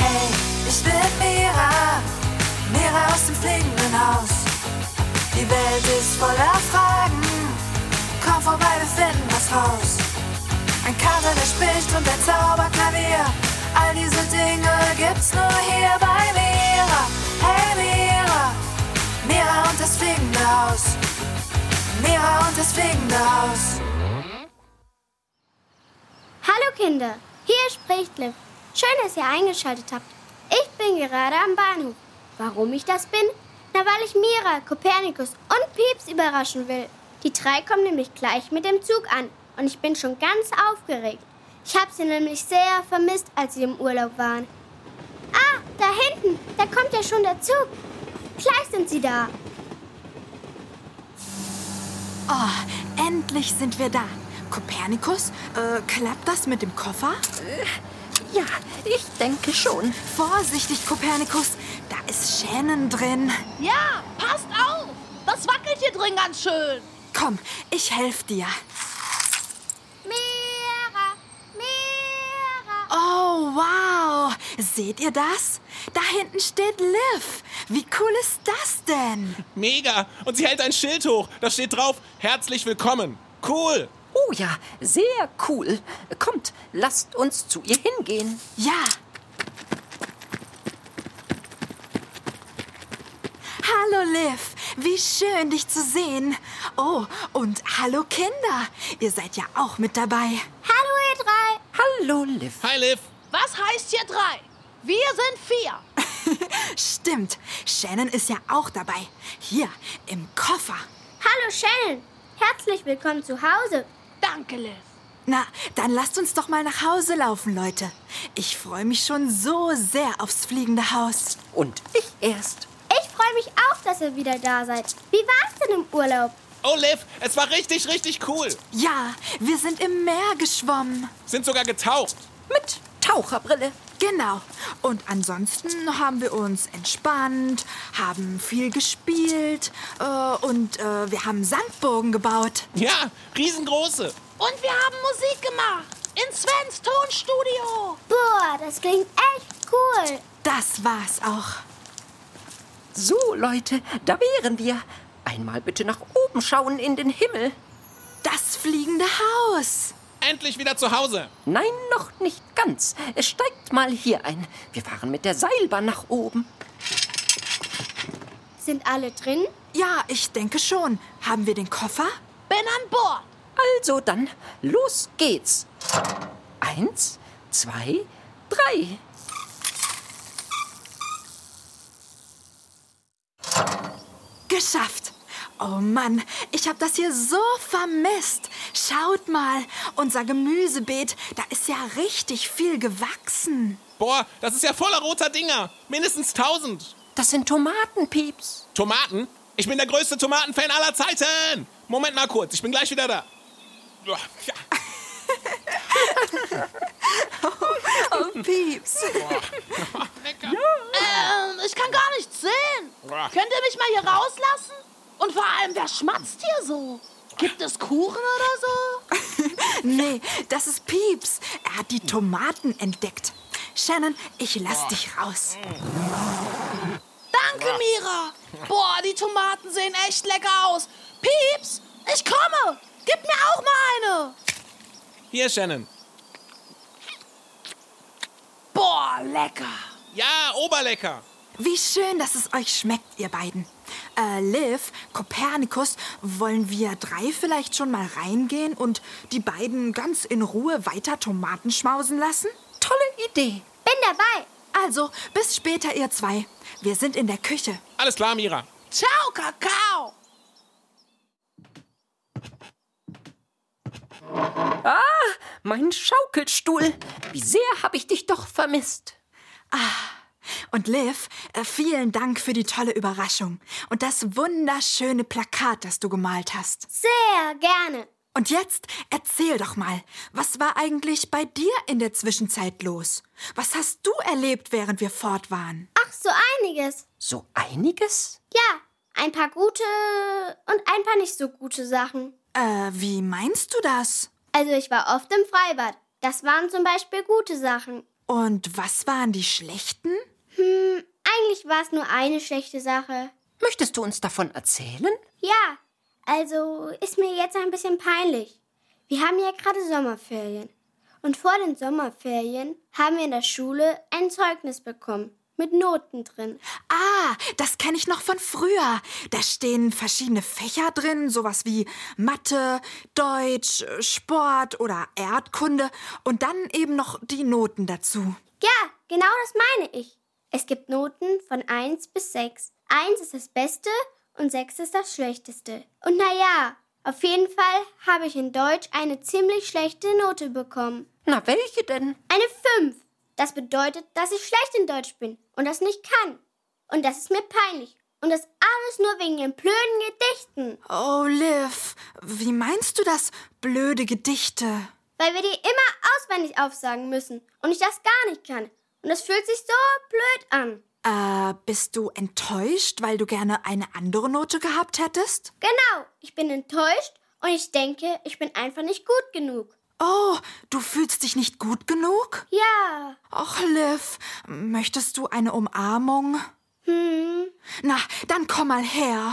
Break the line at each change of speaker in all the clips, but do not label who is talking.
Hey, ich bin Mira, Mira aus dem fliegenden Haus. Die Welt ist voller Fragen, komm vorbei, wir finden was raus. Ein Kater, der spricht und der Zauberklavier, all diese Dinge gibt's nur hier bei Mira. Hey Mira, Mira und das fliegende Haus. Mira und das fliegende Haus.
Hallo Kinder, hier spricht Liv. Schön, dass ihr eingeschaltet habt. Ich bin gerade am Bahnhof. Warum ich das bin? Na, weil ich Mira, Kopernikus und Pieps überraschen will. Die 3 kommen nämlich gleich mit dem Zug an und ich bin schon ganz aufgeregt. Ich habe sie nämlich sehr vermisst, als sie im Urlaub waren. Ah, da hinten, da kommt ja schon der Zug. Gleich sind sie da.
Oh, endlich sind wir da. Kopernikus, klappt das mit dem Koffer?
Ja, ich denke schon.
Vorsichtig, Kopernikus, da ist Shannon drin.
Ja, passt auf! Das wackelt hier drin ganz schön.
Komm, ich helfe dir.
Mira, Mira.
Oh, wow. Seht ihr das? Da hinten steht Liv. Wie cool ist das denn?
Mega! Und sie hält ein Schild hoch. Da steht drauf, herzlich willkommen. Cool!
Oh ja, sehr cool. Kommt, lasst uns zu ihr hingehen.
Ja. Hallo Liv, wie schön dich zu sehen. Oh, und hallo Kinder. Ihr seid ja auch mit dabei.
Hallo ihr 3.
Hallo, Liv.
Hi, Liv.
Was heißt hier 3? Wir sind 4.
Stimmt, Shannon ist ja auch dabei. Hier, im Koffer.
Hallo Shannon, herzlich willkommen zu Hause.
Danke, Liv.
Na, dann lasst uns doch mal nach Hause laufen, Leute. Ich freue mich schon so sehr aufs fliegende Haus.
Und ich erst.
Ich freue mich auch, dass ihr wieder da seid. Wie war's denn im Urlaub?
Oh, Liv, es war richtig, richtig cool.
Ja, wir sind im Meer geschwommen.
Sind sogar getaucht.
Mit Taucherbrille.
Genau. Und ansonsten haben wir uns entspannt, haben viel gespielt und wir haben Sandburgen gebaut.
Ja, riesengroße.
Und wir haben Musik gemacht. In Svens Tonstudio.
Boah, das klingt echt cool.
Das war's auch.
So, Leute, da wären wir. Einmal bitte nach oben schauen in den Himmel.
Das fliegende Haus.
Endlich wieder zu Hause.
Nein, noch nicht ganz. Steigt mal hier ein. Wir fahren mit der Seilbahn nach oben.
Sind alle drin?
Ja, ich denke schon. Haben wir den Koffer?
Bin an Bord.
Also dann, los geht's. 1, 2, 3.
Geschafft. Oh Mann, ich habe das hier so vermisst. Schaut mal, unser Gemüsebeet, da ist ja richtig viel gewachsen.
Boah, das ist ja voller roter Dinger. Mindestens 1000.
Das sind Tomatenpieps.
Tomaten? Ich bin der größte Tomatenfan aller Zeiten. Moment mal kurz, ich bin gleich wieder da. Ja.
Oh, Pieps.
Lecker.
Ich kann gar nichts sehen. Könnt ihr mich mal hier rauslassen? Und vor allem, wer schmatzt hier so? Gibt es Kuchen oder so?
Nee, das ist Pieps. Er hat die Tomaten entdeckt. Shannon, ich lass dich raus.
Danke, Mira. Boah, die Tomaten sehen echt lecker aus. Pieps, ich komme. Gib mir auch mal eine.
Hier, Shannon.
Boah, lecker.
Ja, oberlecker.
Wie schön, dass es euch schmeckt, ihr beiden. Liv, Kopernikus, wollen wir 3 vielleicht schon mal reingehen und die beiden ganz in Ruhe weiter Tomaten schmausen lassen?
Tolle Idee.
Bin dabei.
Also, bis später, ihr 2. Wir sind in der Küche.
Alles klar, Mira.
Ciao, Kakao.
Mein Schaukelstuhl. Wie sehr habe ich dich doch vermisst.
Und Liv, vielen Dank für die tolle Überraschung und das wunderschöne Plakat, das du gemalt hast.
Sehr gerne.
Und jetzt erzähl doch mal, was war eigentlich bei dir in der Zwischenzeit los? Was hast du erlebt, während wir fort waren?
Ach, so einiges.
So einiges?
Ja, ein paar gute und ein paar nicht so gute Sachen.
Wie meinst du das?
Also ich war oft im Freibad. Das waren zum Beispiel gute Sachen.
Und was waren die schlechten?
Eigentlich war es nur eine schlechte Sache.
Möchtest du uns davon erzählen?
Ja, also ist mir jetzt ein bisschen peinlich. Wir haben ja gerade Sommerferien. Und vor den Sommerferien haben wir in der Schule ein Zeugnis bekommen. Mit Noten drin.
Ah, das kenne ich noch von früher. Da stehen verschiedene Fächer drin, sowas wie Mathe, Deutsch, Sport oder Erdkunde und dann eben noch die Noten dazu.
Ja, genau das meine ich. Es gibt Noten von 1 bis 6. 1 ist das Beste und 6 ist das Schlechteste. Und naja, auf jeden Fall habe ich in Deutsch eine ziemlich schlechte Note bekommen.
Na, welche denn?
Eine 5. Das bedeutet, dass ich schlecht in Deutsch bin und das nicht kann. Und das ist mir peinlich. Und das alles nur wegen den blöden Gedichten.
Oh, Liv, wie meinst du das, blöde Gedichte?
Weil wir die immer auswendig aufsagen müssen und ich das gar nicht kann. Und das fühlt sich so blöd an.
Bist du enttäuscht, weil du gerne eine andere Note gehabt hättest?
Genau, ich bin enttäuscht und ich denke, ich bin einfach nicht gut genug.
Oh, du fühlst dich nicht gut genug?
Ja.
Ach, Liv, möchtest du eine Umarmung? Na, dann komm mal her.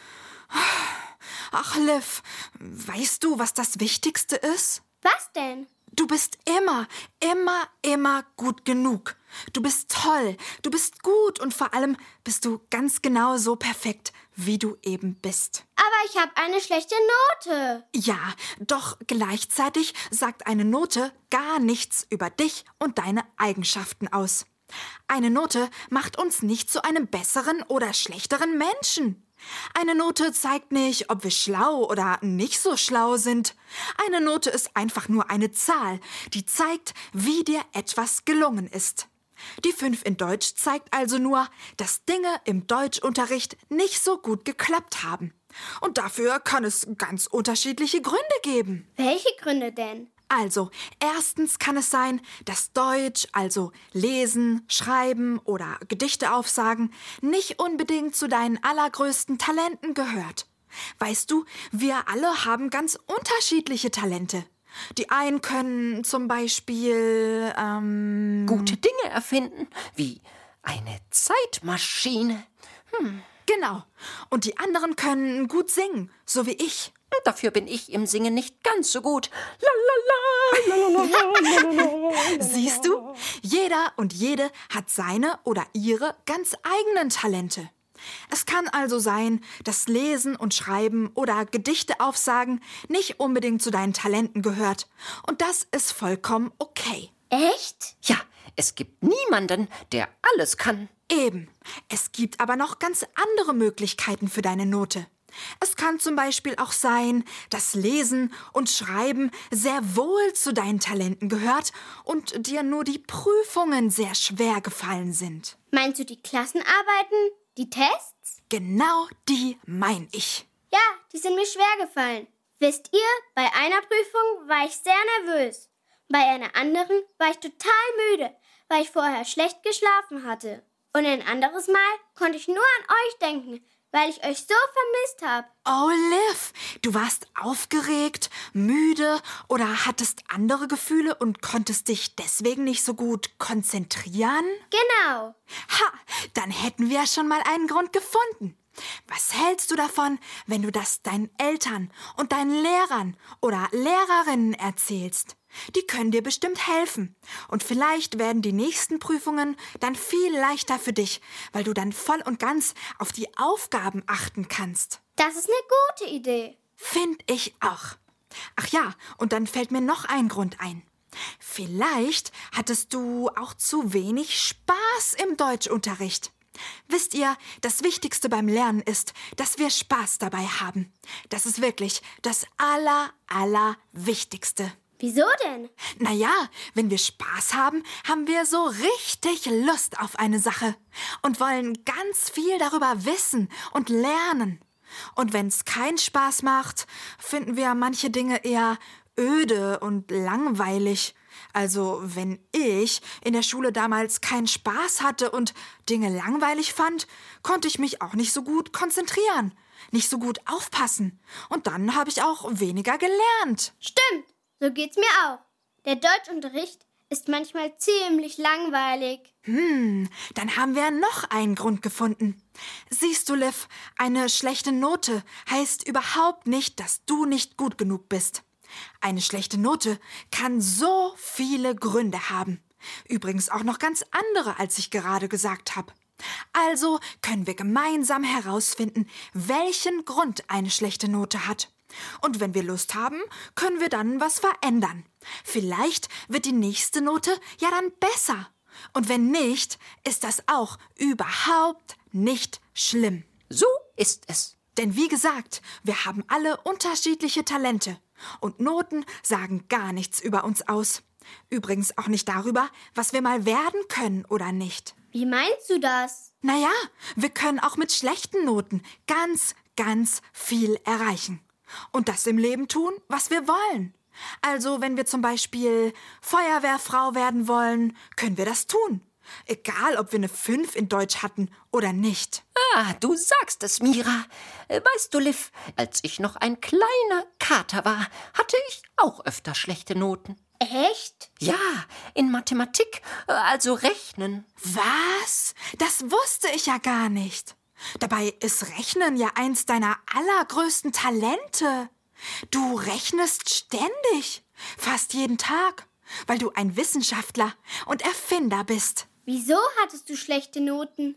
Ach, Liv, weißt du, was das Wichtigste ist?
Was denn?
Du bist immer gut genug. Du bist toll, du bist gut und vor allem bist du ganz genau so perfekt, wie du eben bist.
Aber ich habe eine schlechte Note.
Ja, doch gleichzeitig sagt eine Note gar nichts über dich und deine Eigenschaften aus. Eine Note macht uns nicht zu einem besseren oder schlechteren Menschen. Eine Note zeigt nicht, ob wir schlau oder nicht so schlau sind. Eine Note ist einfach nur eine Zahl, die zeigt, wie dir etwas gelungen ist. Die 5 in Deutsch zeigt also nur, dass Dinge im Deutschunterricht nicht so gut geklappt haben. Und dafür kann es ganz unterschiedliche Gründe geben.
Welche Gründe denn?
Also, erstens kann es sein, dass Deutsch, also Lesen, Schreiben oder Gedichte aufsagen, nicht unbedingt zu deinen allergrößten Talenten gehört. Weißt du, wir alle haben ganz unterschiedliche Talente. Die einen können zum Beispiel,
Gute Dinge erfinden, wie eine Zeitmaschine.
Genau. Und die anderen können gut singen, so wie ich.
Dafür bin ich im Singen nicht ganz so gut.
Siehst du? Jeder und jede hat seine oder ihre ganz eigenen Talente. Es kann also sein, dass Lesen und Schreiben oder Gedichte aufsagen nicht unbedingt zu deinen Talenten gehört. Und das ist vollkommen okay.
Echt?
Ja, es gibt niemanden, der alles kann.
Eben. Es gibt aber noch ganz andere Möglichkeiten für deine Note. Es kann zum Beispiel auch sein, dass Lesen und Schreiben sehr wohl zu deinen Talenten gehört und dir nur die Prüfungen sehr schwer gefallen sind.
Meinst du die Klassenarbeiten? Die Tests?
Genau die mein ich.
Ja, die sind mir schwer gefallen. Wisst ihr, bei einer Prüfung war ich sehr nervös. Bei einer anderen war ich total müde, weil ich vorher schlecht geschlafen hatte. Und ein anderes Mal konnte ich nur an euch denken, weil ich euch so vermisst habe.
Oh, Liv, du warst aufgeregt, müde oder hattest andere Gefühle und konntest dich deswegen nicht so gut konzentrieren?
Genau.
Ha, dann hätten wir schon mal einen Grund gefunden. Was hältst du davon, wenn du das deinen Eltern und deinen Lehrern oder Lehrerinnen erzählst? Die können dir bestimmt helfen. Und vielleicht werden die nächsten Prüfungen dann viel leichter für dich, weil du dann voll und ganz auf die Aufgaben achten kannst.
Das ist eine gute Idee.
Find ich auch. Ach ja, und dann fällt mir noch ein Grund ein. Vielleicht hattest du auch zu wenig Spaß im Deutschunterricht. Wisst ihr, das Wichtigste beim Lernen ist, dass wir Spaß dabei haben. Das ist wirklich das Allerwichtigste.
Wieso denn?
Naja, wenn wir Spaß haben, haben wir so richtig Lust auf eine Sache und wollen ganz viel darüber wissen und lernen. Und wenn es keinen Spaß macht, finden wir manche Dinge eher öde und langweilig. Also, wenn ich in der Schule damals keinen Spaß hatte und Dinge langweilig fand, konnte ich mich auch nicht so gut konzentrieren, nicht so gut aufpassen. Und dann habe ich auch weniger gelernt.
Stimmt, so geht's mir auch. Der Deutschunterricht ist manchmal ziemlich langweilig.
Dann haben wir noch einen Grund gefunden. Siehst du, Liv, eine schlechte Note heißt überhaupt nicht, dass du nicht gut genug bist. Eine schlechte Note kann so viele Gründe haben. Übrigens auch noch ganz andere, als ich gerade gesagt habe. Also können wir gemeinsam herausfinden, welchen Grund eine schlechte Note hat. Und wenn wir Lust haben, können wir dann was verändern. Vielleicht wird die nächste Note ja dann besser. Und wenn nicht, ist das auch überhaupt nicht schlimm.
So ist es.
Denn wie gesagt, wir haben alle unterschiedliche Talente. Und Noten sagen gar nichts über uns aus. Übrigens auch nicht darüber, was wir mal werden können oder nicht.
Wie meinst du das?
Naja, wir können auch mit schlechten Noten ganz, ganz viel erreichen. Und das im Leben tun, was wir wollen. Also, wenn wir zum Beispiel Feuerwehrfrau werden wollen, können wir das tun. Egal, ob wir eine 5 in Deutsch hatten oder nicht.
Ah, du sagst es, Mira. Weißt du, Liv, als ich noch ein kleiner Kater war, hatte ich auch öfter schlechte Noten.
Echt?
Ja, in Mathematik, also Rechnen.
Was? Das wusste ich ja gar nicht. Dabei ist Rechnen ja eins deiner allergrößten Talente. Du rechnest ständig, fast jeden Tag, weil du ein Wissenschaftler und Erfinder bist.
Wieso hattest du schlechte Noten?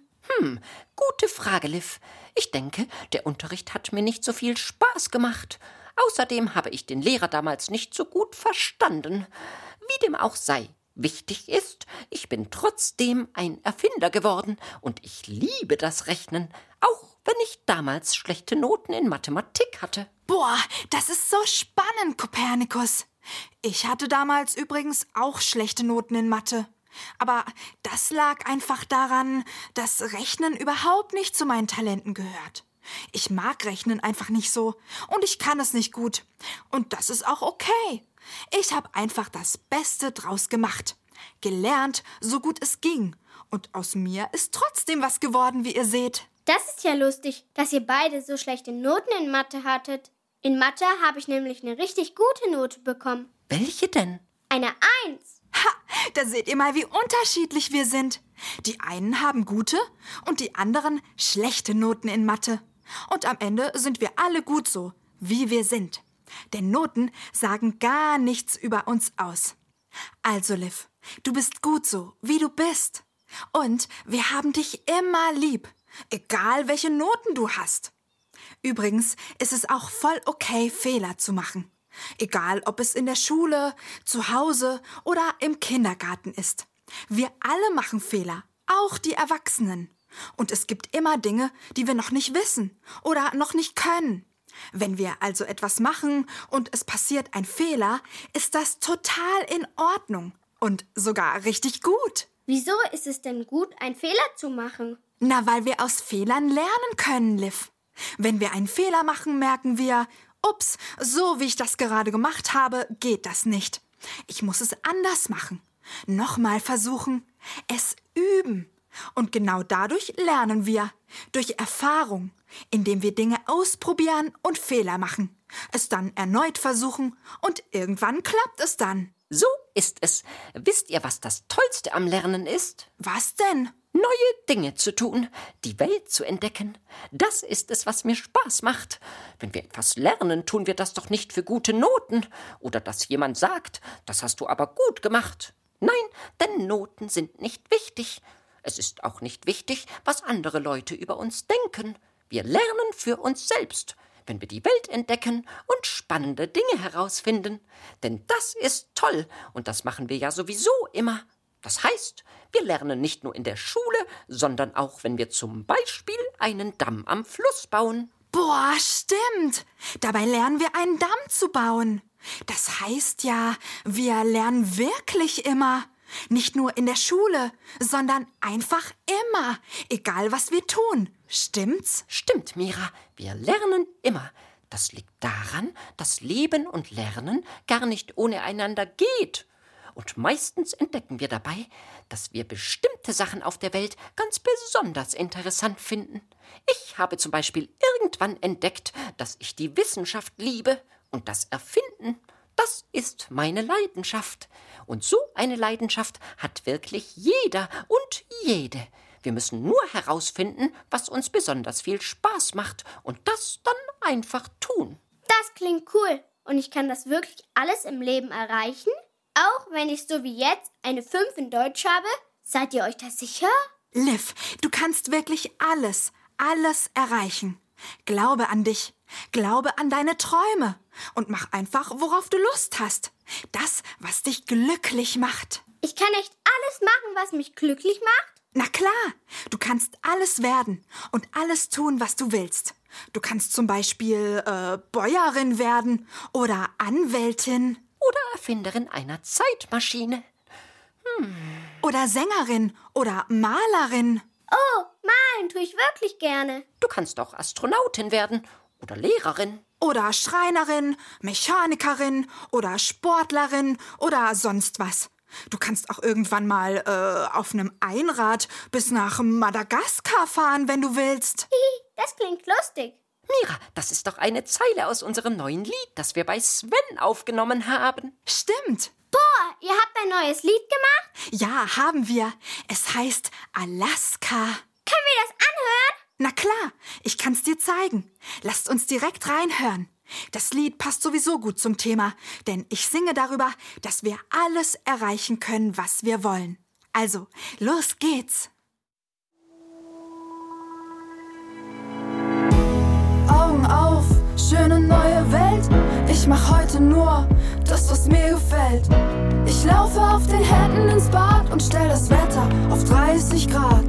Gute Frage, Liv. Ich denke, der Unterricht hat mir nicht so viel Spaß gemacht. Außerdem habe ich den Lehrer damals nicht so gut verstanden. Wie dem auch sei. Wichtig ist, ich bin trotzdem ein Erfinder geworden und ich liebe das Rechnen, auch wenn ich damals schlechte Noten in Mathematik hatte.
Boah, das ist so spannend, Kopernikus. Ich hatte damals übrigens auch schlechte Noten in Mathe. Aber das lag einfach daran, dass Rechnen überhaupt nicht zu meinen Talenten gehört. Ich mag Rechnen einfach nicht so und ich kann es nicht gut. Und das ist auch okay. Ich habe einfach das Beste draus gemacht. Gelernt, so gut es ging. Und aus mir ist trotzdem was geworden, wie ihr seht.
Das ist ja lustig, dass ihr beide so schlechte Noten in Mathe hattet. In Mathe habe ich nämlich eine richtig gute Note bekommen.
Welche denn?
Eine 1.
Ha, da seht ihr mal, wie unterschiedlich wir sind. Die einen haben gute und die anderen schlechte Noten in Mathe. Und am Ende sind wir alle gut so, wie wir sind. Denn Noten sagen gar nichts über uns aus. Also, Liv, du bist gut so, wie du bist. Und wir haben dich immer lieb, egal welche Noten du hast. Übrigens ist es auch voll okay, Fehler zu machen. Egal, ob es in der Schule, zu Hause oder im Kindergarten ist. Wir alle machen Fehler, auch die Erwachsenen. Und es gibt immer Dinge, die wir noch nicht wissen oder noch nicht können. Wenn wir also etwas machen und es passiert ein Fehler, ist das total in Ordnung und sogar richtig gut.
Wieso ist es denn gut, einen Fehler zu machen?
Na, weil wir aus Fehlern lernen können, Liv. Wenn wir einen Fehler machen, merken wir, ups, so wie ich das gerade gemacht habe, geht das nicht. Ich muss es anders machen. Nochmal versuchen, es üben. Und genau dadurch lernen wir, durch Erfahrung, indem wir Dinge ausprobieren und Fehler machen, es dann erneut versuchen und irgendwann klappt es dann.
So ist es. Wisst ihr, was das Tollste am Lernen ist?
Was denn?
Neue Dinge zu tun, die Welt zu entdecken. Das ist es, was mir Spaß macht. Wenn wir etwas lernen, tun wir das doch nicht für gute Noten. Oder dass jemand sagt, das hast du aber gut gemacht. Nein, denn Noten sind nicht wichtig. Es ist auch nicht wichtig, was andere Leute über uns denken. Wir lernen für uns selbst, wenn wir die Welt entdecken und spannende Dinge herausfinden. Denn das ist toll und das machen wir ja sowieso immer. Das heißt, wir lernen nicht nur in der Schule, sondern auch, wenn wir zum Beispiel einen Damm am Fluss bauen.
Boah, stimmt. Dabei lernen wir einen Damm zu bauen. Das heißt ja, wir lernen wirklich immer. Nicht nur in der Schule, sondern einfach immer, egal was wir tun. Stimmt's?
Stimmt, Mira, wir lernen immer. Das liegt daran, dass Leben und Lernen gar nicht ohne einander geht. Und meistens entdecken wir dabei, dass wir bestimmte Sachen auf der Welt ganz besonders interessant finden. Ich habe zum Beispiel irgendwann entdeckt, dass ich die Wissenschaft liebe und das Erfinden. Das ist meine Leidenschaft. Und so eine Leidenschaft hat wirklich jeder und jede. Wir müssen nur herausfinden, was uns besonders viel Spaß macht und das dann einfach tun.
Das klingt cool. Und ich kann das wirklich alles im Leben erreichen? Auch wenn ich so wie jetzt eine 5 in Deutsch habe? Seid ihr euch da sicher?
Liv, du kannst wirklich alles erreichen. Glaube an dich, glaube an deine Träume und mach einfach, worauf du Lust hast. Das, was dich glücklich macht.
Ich kann echt alles machen, was mich glücklich macht?
Na klar, du kannst alles werden und alles tun, was du willst. Du kannst zum Beispiel Bäuerin werden oder Anwältin.
Oder Erfinderin einer Zeitmaschine.
Oder Sängerin oder Malerin.
Oh, malen tue ich wirklich gerne.
Du kannst auch Astronautin werden oder Lehrerin.
Oder Schreinerin, Mechanikerin oder Sportlerin oder sonst was. Du kannst auch irgendwann mal auf einem Einrad bis nach Madagaskar fahren, wenn du willst.
Das klingt lustig.
Mira, das ist doch eine Zeile aus unserem neuen Lied, das wir bei Sven aufgenommen haben.
Stimmt.
Boah, ihr habt ein neues Lied gemacht?
Ja, haben wir. Es heißt Alaska.
Können wir das anhören?
Na klar, ich kann's dir zeigen. Lasst uns direkt reinhören. Das Lied passt sowieso gut zum Thema, denn ich singe darüber, dass wir alles erreichen können, was wir wollen. Also, los geht's.
Augen auf, schöne neue Welt. Ich mach heute nur das, was mir gefällt. Ich laufe auf den Händen ins Bad und stell das Wetter auf 30 Grad.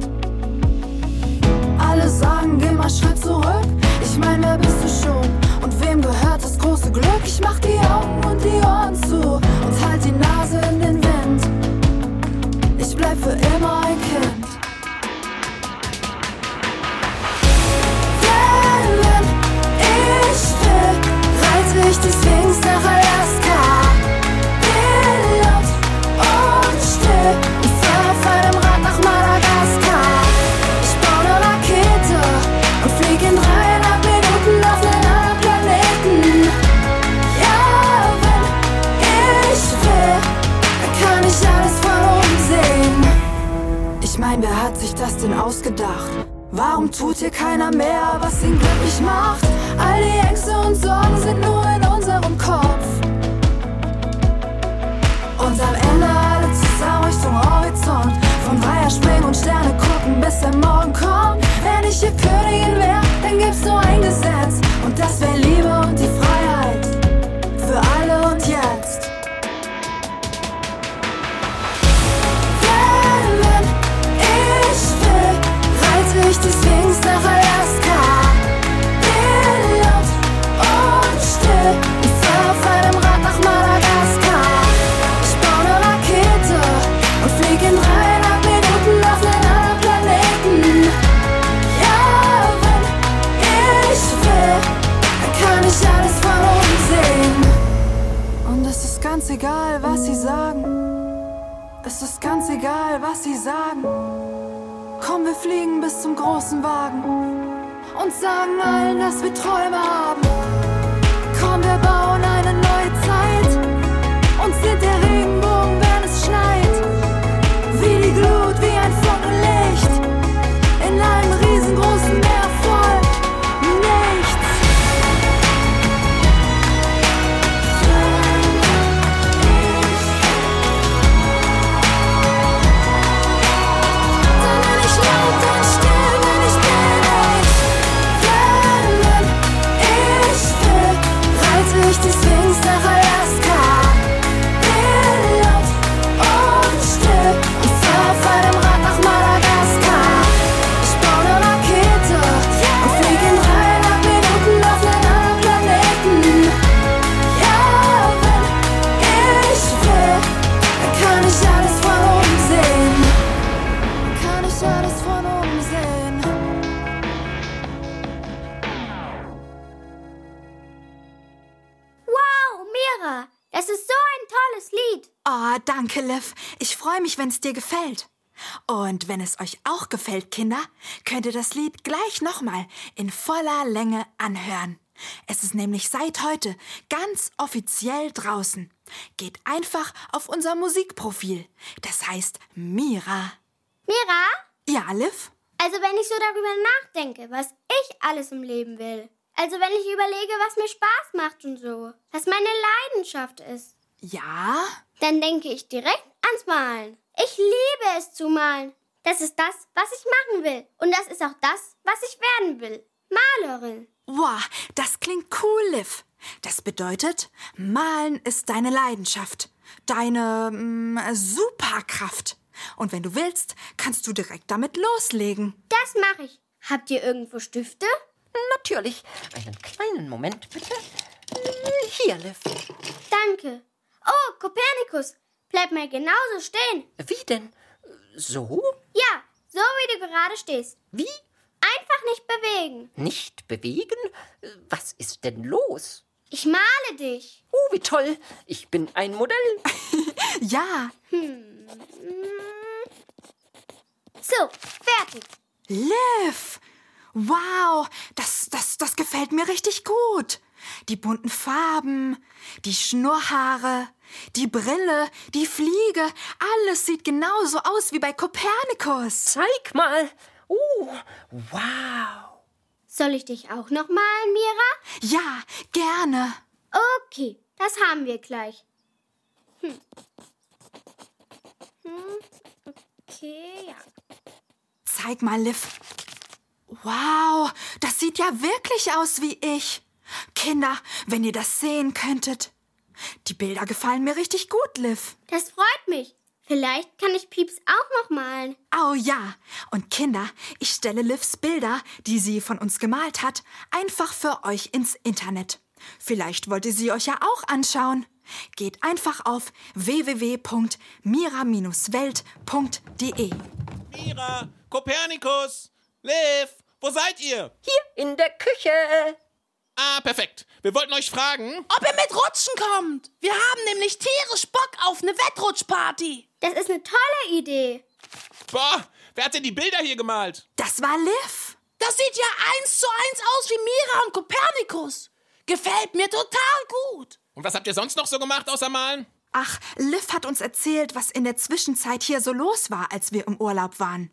Alle sagen, geh mal Schritt zurück. Ich mein, wer bist du schon? Und wem gehört das große Glück? Ich mach die Augen und die Ohren zu und halt die Nase in den Wind. Ich bleib für immer ein Kind. Ich die Sphinx nach Alaska. Laut und still und fahr auf einem Rad nach Madagaskar. Ich baue eine Rakete und flieg in 3,5 Minuten auf einen anderen Planeten. Ja, wenn ich will, dann kann ich alles von oben sehen. Ich mein, wer hat sich das denn ausgedacht? Warum tut hier keiner mehr, was ihn glücklich macht? All die Ängste und Sorgen sind nur in unserem Kopf. Und am Ende alle zusammen Richtung Horizont. Vom Weiher springen und Sterne gucken, bis der Morgen kommt. Wenn ich hier Königin wär, dann gibt's nur ein Gesetz. Und das wär Liebe und die Freiheit. Für alle und jetzt. Wenn ich will, reite ich die Sphinx nach Alaska. Laut und still und fahr auf einem Rad nach Madagaskar. Ich baue eine Rakete und flieg in 3,5 Minuten auf einen anderen Planeten. Ja, wenn ich will, dann kann ich alles von oben sehen. Und es ist ganz egal, was sie sagen. Es ist ganz egal, was sie sagen. Komm, wir fliegen bis zum großen Wagen und sagen allen, dass wir Träume haben. Komm, wir bauen eine neue Zeit und sind der Regenbogen, wenn es schneit. Wie die Glut, wie ein Funken Licht in einem riesengroßen Meer voll nichts. Dann bin ich laut und still, wenn ich bin ich. Wenn ich will, reite ich die Sphinx nach Alaska. Laut und still und fahr auf einem Rad nach Madagaskar. Ich baue eine Rakete und flieg in 3,5 Minuten auf einen anderen Planeten. Ja, wenn ich will, dann kann ich alles von oben sehen. Dann kann ich alles von oben sehen.
Wow, Mira, das ist so ein tolles Lied.
Oh, danke, Liv. Ich freue mich, wenn es dir gefällt. Und wenn es euch auch gefällt, Kinder, könnt ihr das Lied gleich nochmal in voller Länge anhören. Es ist nämlich seit heute ganz offiziell draußen. Geht einfach auf unser Musikprofil. Das heißt Mira.
Mira?
Ja, Liv?
Also wenn ich so darüber nachdenke, was ich alles im Leben will. Also wenn ich überlege, was mir Spaß macht und so. Was meine Leidenschaft ist.
Ja?
Dann denke ich direkt ans Malen. Ich liebe es zu malen. Das ist das, was ich machen will. Und das ist auch das, was ich werden will. Malerin.
Wow, das klingt cool, Liv. Das bedeutet, Malen ist deine Leidenschaft. Deine Superkraft. Und wenn du willst, kannst du direkt damit loslegen.
Das mache ich. Habt ihr irgendwo Stifte?
Natürlich. Einen kleinen Moment, bitte. Hier, Liv.
Danke. Oh, Kopernikus, bleib mal genauso stehen.
Wie denn? So?
Ja, so wie du gerade stehst.
Wie?
Einfach nicht bewegen.
Nicht bewegen? Was ist denn los?
Ich male dich.
Oh, wie toll. Ich bin ein Modell.
Ja,
So, fertig.
Liv! Wow, das gefällt mir richtig gut. Die bunten Farben, die Schnurrhaare, die Brille, die Fliege, alles sieht genauso aus wie bei Kopernikus.
Zeig mal. Wow.
Soll ich dich auch noch malen, Mira?
Ja, gerne.
Okay, das haben wir gleich. Okay, ja.
Zeig mal, Liv. Wow, das sieht ja wirklich aus wie ich. Kinder, wenn ihr das sehen könntet. Die Bilder gefallen mir richtig gut, Liv.
Das freut mich. Vielleicht kann ich Pieps auch noch malen.
Oh ja, und Kinder, ich stelle Livs Bilder, die sie von uns gemalt hat, einfach für euch ins Internet. Vielleicht wollt ihr sie euch ja auch anschauen. Geht einfach auf www.mira-welt.de.
Mira, Kopernikus, Liv, wo seid ihr?
Hier in der Küche.
Ah, perfekt. Wir wollten euch fragen.
Ob ihr mit Rutschen kommt. Wir haben nämlich tierisch Bock auf eine Wettrutschparty.
Das ist eine tolle Idee.
Boah, wer hat denn die Bilder hier gemalt?
Das war Liv.
Das sieht ja 1:1 aus wie Mira und Kopernikus. Gefällt mir total gut.
Und was habt ihr sonst noch so gemacht außer malen?
Ach, Liv hat uns erzählt, was in der Zwischenzeit hier so los war, als wir im Urlaub waren.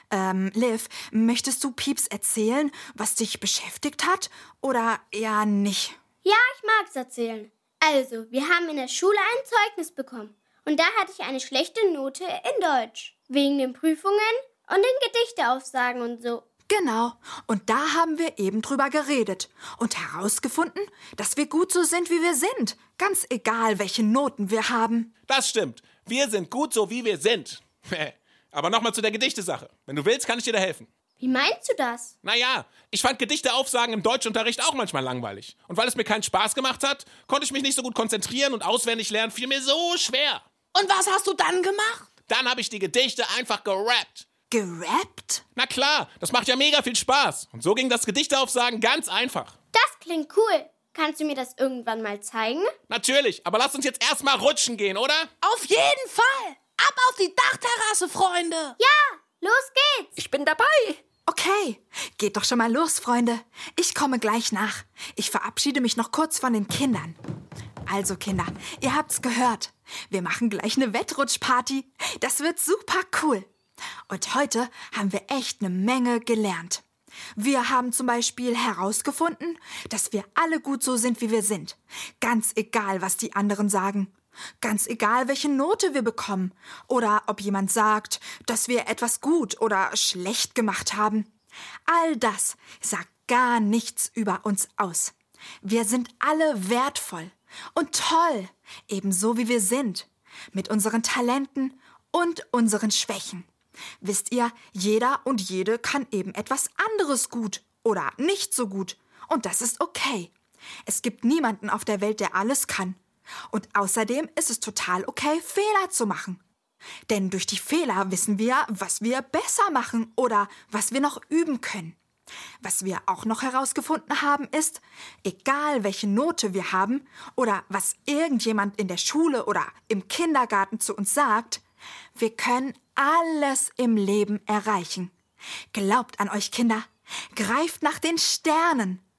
Liv, möchtest du Pieps erzählen, was dich beschäftigt hat? Oder eher nicht?
Ja, ich mag's erzählen. Also, wir haben in der Schule ein Zeugnis bekommen. Und da hatte ich eine schlechte Note in Deutsch. Wegen den Prüfungen und den Gedichteaufsagen und so.
Genau. Und da haben wir eben drüber geredet und herausgefunden, dass wir gut so sind, wie wir sind. Ganz egal, welche Noten wir haben.
Das stimmt. Wir sind gut so, wie wir sind. Aber nochmal zu der Gedichtesache. Wenn du willst, kann ich dir da helfen.
Wie meinst du das?
Naja, ich fand Gedichteaufsagen im Deutschunterricht auch manchmal langweilig. Und weil es mir keinen Spaß gemacht hat, konnte ich mich nicht so gut konzentrieren und auswendig lernen fiel mir so schwer.
Und was hast du dann gemacht?
Dann habe ich die Gedichte einfach gerappt.
Gerappt?
Na klar, das macht ja mega viel Spaß. Und so ging das Gedichteaufsagen ganz einfach.
Das klingt cool. Kannst du mir das irgendwann mal zeigen?
Natürlich, aber lasst uns jetzt erstmal rutschen gehen, oder?
Auf jeden Fall. Ab auf die Dachterrasse, Freunde.
Ja, los geht's.
Ich bin dabei.
Okay, geht doch schon mal los, Freunde. Ich komme gleich nach. Ich verabschiede mich noch kurz von den Kindern. Also, Kinder, ihr habt's gehört. Wir machen gleich eine Wettrutschparty. Das wird super cool. Und heute haben wir echt eine Menge gelernt. Wir haben zum Beispiel herausgefunden, dass wir alle gut so sind, wie wir sind. Ganz egal, was die anderen sagen. Ganz egal, welche Note wir bekommen. Oder ob jemand sagt, dass wir etwas gut oder schlecht gemacht haben. All das sagt gar nichts über uns aus. Wir sind alle wertvoll und toll, ebenso wie wir sind. Mit unseren Talenten und unseren Schwächen. Wisst ihr, jeder und jede kann eben etwas anderes gut oder nicht so gut. Und das ist okay. Es gibt niemanden auf der Welt, der alles kann. Und außerdem ist es total okay, Fehler zu machen. Denn durch die Fehler wissen wir, was wir besser machen oder was wir noch üben können. Was wir auch noch herausgefunden haben, ist, egal welche Note wir haben oder was irgendjemand in der Schule oder im Kindergarten zu uns sagt, wir können alles im Leben erreichen. Glaubt an euch, Kinder. Greift nach den Sternen.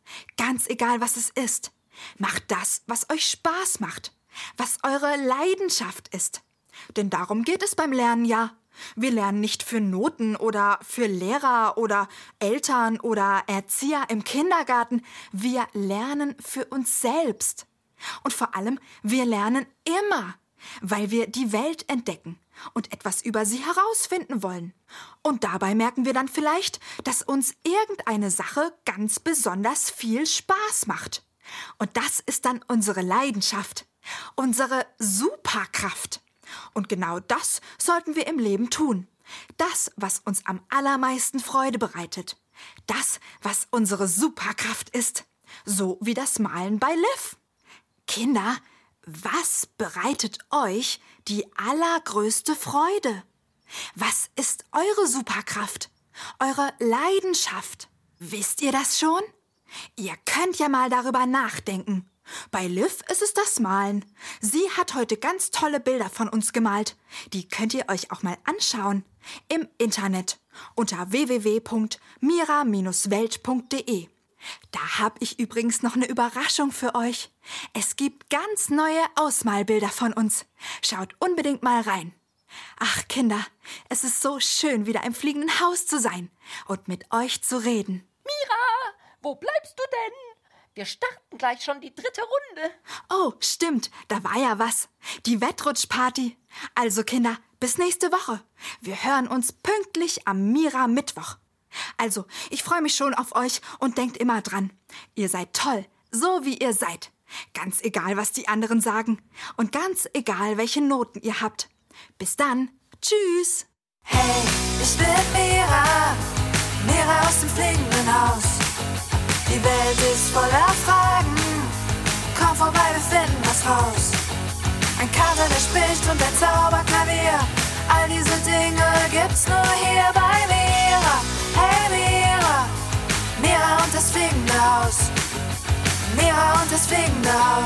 Ganz egal, was es ist. Macht das, was euch Spaß macht, was eure Leidenschaft ist. Denn darum geht es beim Lernen ja. Wir lernen nicht für Noten oder für Lehrer oder Eltern oder Erzieher im Kindergarten. Wir lernen für uns selbst. Und vor allem, wir lernen immer, weil wir die Welt entdecken und etwas über sie herausfinden wollen. Und dabei merken wir dann vielleicht, dass uns irgendeine Sache ganz besonders viel Spaß macht. Und das ist dann unsere Leidenschaft, unsere Superkraft. Und genau das sollten wir im Leben tun. Das, was uns am allermeisten Freude bereitet. Das, was unsere Superkraft ist. So wie das Malen bei Liv. Kinder, was bereitet euch die allergrößte Freude? Was ist eure Superkraft? Eure Leidenschaft? Wisst ihr das schon? Ihr könnt ja mal darüber nachdenken. Bei Liv ist es das Malen. Sie hat heute ganz tolle Bilder von uns gemalt. Die könnt ihr euch auch mal anschauen. Im Internet unter www.mira-welt.de. Da habe ich übrigens noch eine Überraschung für euch. Es gibt ganz neue Ausmalbilder von uns. Schaut unbedingt mal rein. Ach Kinder, es ist so schön, wieder im fliegenden Haus zu sein und mit euch zu reden.
Mira, wo bleibst du denn? Wir starten gleich schon die 3. Runde.
Oh, stimmt, da war ja was. Die Wettrutschparty. Also Kinder, bis nächste Woche. Wir hören uns pünktlich am Mira-Mittwoch. Also, ich freue mich schon auf euch und denkt immer dran. Ihr seid toll, so wie ihr seid. Ganz egal, was die anderen sagen. Und ganz egal, welche Noten ihr habt. Bis dann. Tschüss.
Hey, ich bin Mira, Mira aus dem fliegenden Haus. Die Welt ist voller Fragen, komm vorbei, wir finden was raus. Ein Kater, der spricht und ein Zauberklavier, all diese Dinge gibt's nur hier bei Mira. Hey Mira, Mira und das fliegende Haus, Mira und das fliegende Haus.